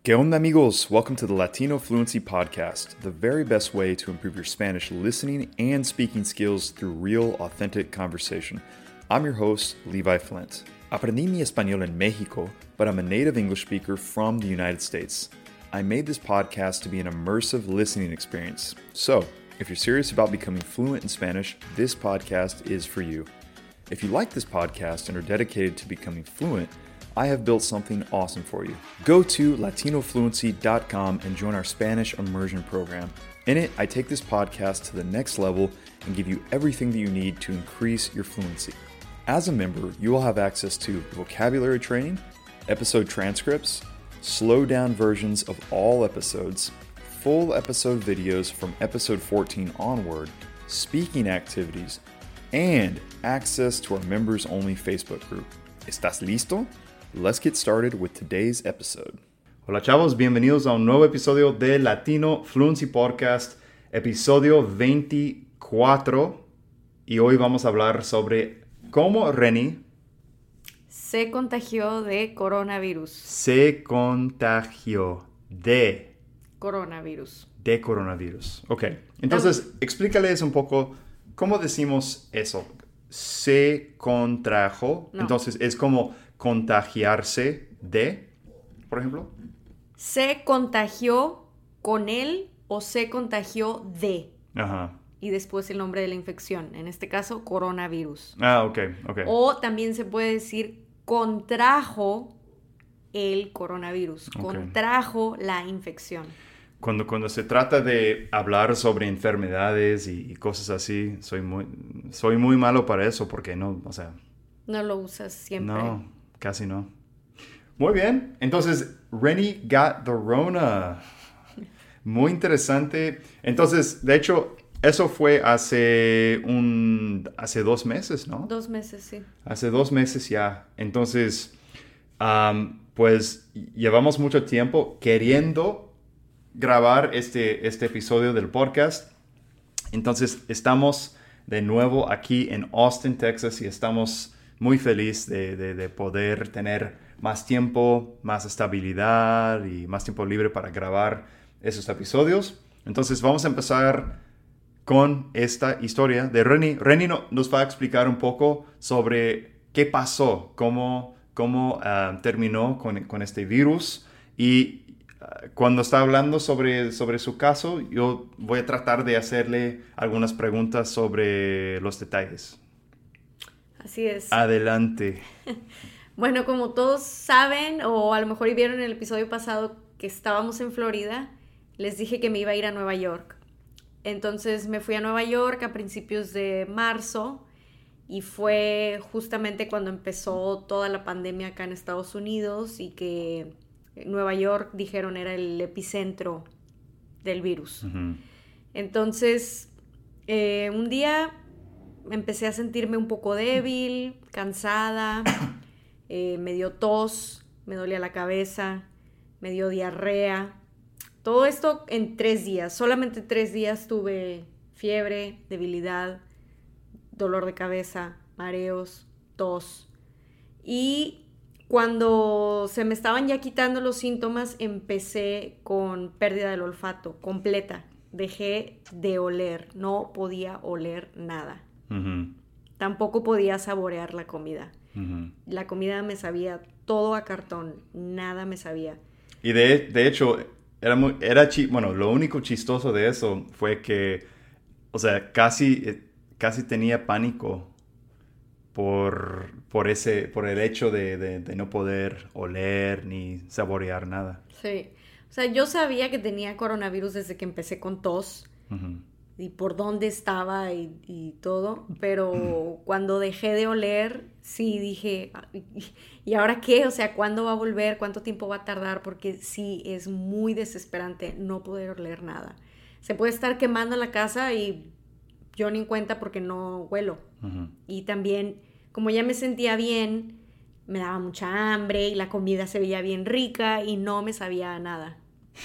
¿Qué onda, amigos? Welcome to the Latino Fluency Podcast, the very best way to improve your Spanish listening and speaking skills through real, authentic conversation. I'm your host, Levi Flint. Aprendí mi español en Mexico, but I'm a native English speaker from the United States. I made this podcast to be an immersive listening experience. So, if you're serious about becoming fluent in Spanish, this podcast is for you. If you like this podcast and are dedicated to becoming fluent, I have built something awesome for you. Go to latinofluency.com and join our Spanish immersion program. In it, I take this podcast to the next level and give you everything that you need to increase your fluency. As a member, you will have access to vocabulary training, episode transcripts, slow down versions of all episodes, full episode videos from episode 14 onward, speaking activities, and access to our members-only Facebook group. ¿Estás listo? Let's get started with today's episode. Hola chavos, bienvenidos a un nuevo episodio de Latino Fluency Podcast, episodio 24. Y hoy vamos a hablar sobre cómo Reni se contagió de coronavirus. Se contagió de coronavirus. De coronavirus. Ok, entonces explícales un poco cómo decimos eso. Se contrajo, no. Entonces es como contagiarse de, por ejemplo. Se contagió con él o se contagió de. Ajá. Y después el nombre de la infección. En este caso, coronavirus. Ah, ok. O también se puede decir contrajo el coronavirus. Okay. Contrajo la infección. Cuando se trata de hablar sobre enfermedades y cosas así, soy muy malo para eso porque no, o sea... No lo usas siempre. No, casi no. Muy bien. Entonces, Reni got the Rona. Muy interesante. Entonces, de hecho, eso fue hace 2 meses, ¿no? 2 meses, sí. Hace 2 meses ya. Entonces, pues llevamos mucho tiempo queriendo grabar este episodio del podcast. Entonces, estamos de nuevo aquí en Austin, Texas, y estamos muy feliz de poder tener más tiempo, más estabilidad y más tiempo libre para grabar esos episodios. Entonces, vamos a empezar con esta historia de Reni. Reni nos va a explicar un poco sobre qué pasó, cómo terminó con este virus. Y cuando está hablando sobre su caso, yo voy a tratar de hacerle algunas preguntas sobre los detalles. Así es. Adelante. Bueno, como todos saben, o a lo mejor vieron en el episodio pasado que estábamos en Florida, les dije que me iba a ir a Nueva York. Entonces me fui a Nueva York a principios de marzo y fue justamente cuando empezó toda la pandemia acá en Estados Unidos y que Nueva York, dijeron, era el epicentro del virus. Uh-huh. Entonces, un día empecé a sentirme un poco débil, cansada, me dio tos, me dolía la cabeza, me dio diarrea. Todo esto en 3 días, solamente 3 días tuve fiebre, debilidad, dolor de cabeza, mareos, tos. Y cuando se me estaban ya quitando los síntomas, empecé con pérdida del olfato completa. Dejé de oler, no podía oler nada. Uh-huh. Tampoco podía saborear la comida. Uh-huh. La comida me sabía todo a cartón, nada me sabía. Y de hecho, lo único chistoso de eso fue que, o sea, casi tenía pánico por el hecho de no poder oler ni saborear nada. Sí, o sea, yo sabía que tenía coronavirus desde que empecé con tos. Uh-huh. Y por dónde estaba y todo, pero cuando dejé de oler, sí dije, ¿y ahora qué? O sea, ¿cuándo va a volver? ¿Cuánto tiempo va a tardar? Porque sí, es muy desesperante no poder oler nada. Se puede estar quemando la casa y yo ni en cuenta porque no huelo. Uh-huh. Y también, como ya me sentía bien, me daba mucha hambre y la comida se veía bien rica y no me sabía nada.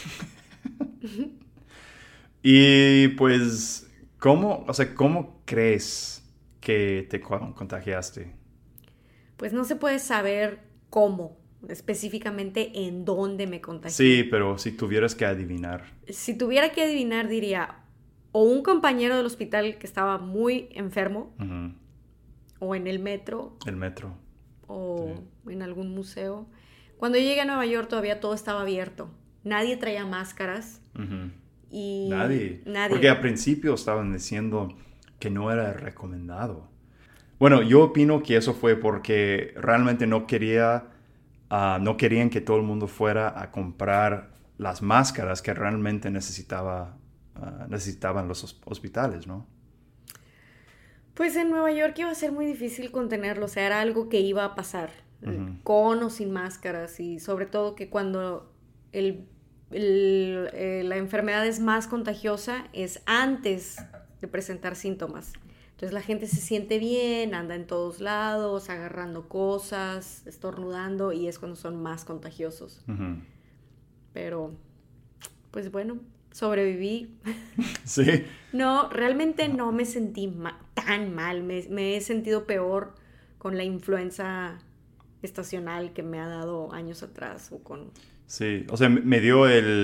Y pues, ¿cómo crees que te contagiaste? Pues no se puede saber cómo, específicamente en dónde me contagié. Sí, pero si tuvieras que adivinar. Si tuviera que adivinar, diría o un compañero del hospital que estaba muy enfermo, Uh-huh. o en el metro, El metro. o en algún museo. Cuando yo llegué a Nueva York todavía todo estaba abierto. Nadie traía máscaras. Uh-huh. Y Nadie. Porque al principio estaban diciendo que no era recomendado. Bueno, yo opino que eso fue porque realmente no querían que todo el mundo fuera a comprar las máscaras que realmente necesitaban los hospitales, ¿no? Pues en Nueva York iba a ser muy difícil contenerlo, o sea, era algo que iba a pasar, Uh-huh. con o sin máscaras, y sobre todo que cuando la enfermedad es más contagiosa es antes de presentar síntomas. Entonces la gente se siente bien, anda en todos lados, agarrando cosas, estornudando, y es cuando son más contagiosos. Uh-huh. Pero, pues bueno, sobreviví. Sí. No, realmente no me sentí tan mal. Me he sentido peor con la influenza estacional que me ha dado años atrás o con... Sí, o sea, me dio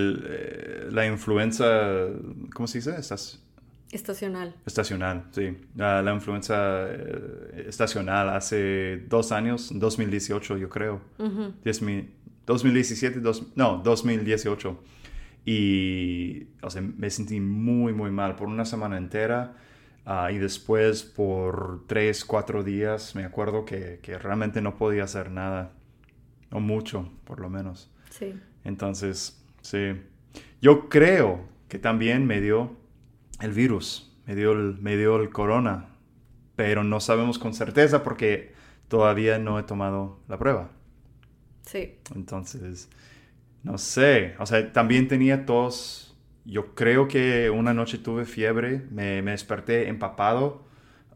la influenza, ¿cómo se dice? Estacional. Estacional, sí. La influenza estacional hace 2 años, 2018 yo creo. Uh-huh. 2017, 2018. Y, o sea, me sentí muy, muy mal por una semana entera. Y después por 3, 4 días me acuerdo que realmente no podía hacer nada. O mucho, por lo menos. Sí. Entonces, sí. Yo creo que también me dio el virus, me dio el corona, pero no sabemos con certeza porque todavía no he tomado la prueba. Sí. Entonces, no sé, o sea, también tenía tos. Yo creo que una noche tuve fiebre, me desperté empapado.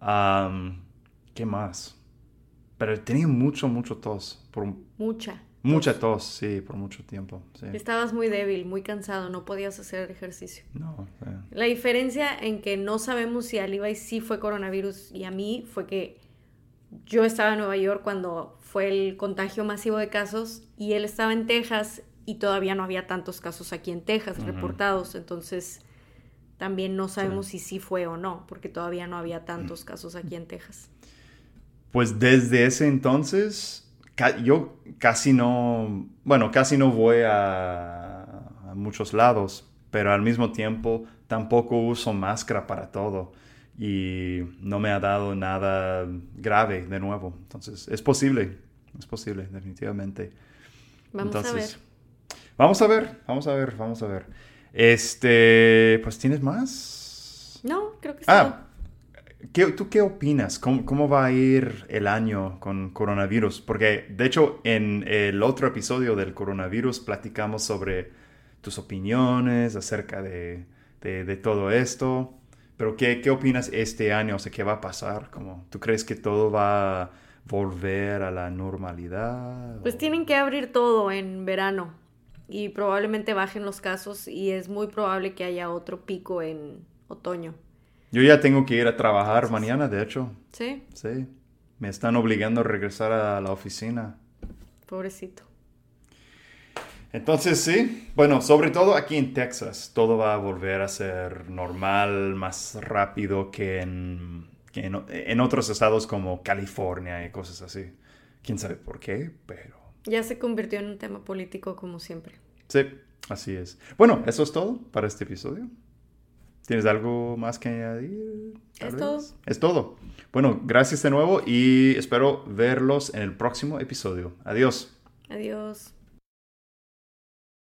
¿Qué más? Pero tenía mucho tos. Mucha tos, sí, por mucho tiempo. Sí. Estabas muy débil, muy cansado, no podías hacer ejercicio. No. La diferencia en que no sabemos si a Levi sí fue coronavirus y a mí fue que yo estaba en Nueva York cuando fue el contagio masivo de casos y él estaba en Texas y todavía no había tantos casos aquí en Texas reportados. Entonces también no sabemos si sí fue o no, porque todavía no había tantos casos aquí en Texas. Pues desde ese entonces... Yo casi no voy a muchos lados, pero al mismo tiempo tampoco uso máscara para todo y no me ha dado nada grave de nuevo. Entonces, es posible, definitivamente. Vamos a ver. Pues, ¿tienes más? No, creo que sí. ¿Tú qué opinas? ¿Cómo va a ir el año con coronavirus? Porque, de hecho, en el otro episodio del coronavirus platicamos sobre tus opiniones acerca de todo esto. Pero, ¿qué opinas este año? O sea, ¿qué va a pasar? ¿Tú crees que todo va a volver a la normalidad? Pues tienen que abrir todo en verano y probablemente bajen los casos y es muy probable que haya otro pico en otoño. Yo ya tengo que ir a trabajar mañana, de hecho. ¿Sí? Sí. Me están obligando a regresar a la oficina. Pobrecito. Entonces, sí. Bueno, sobre todo aquí en Texas, todo va a volver a ser normal, más rápido que en otros estados como California y cosas así. Quién sabe por qué, pero... Ya se convirtió en un tema político como siempre. Sí, así es. Bueno, eso es todo para este episodio. ¿Tienes algo más que añadir? Es todo. Bueno, gracias de nuevo y espero verlos en el próximo episodio. Adiós. Adiós.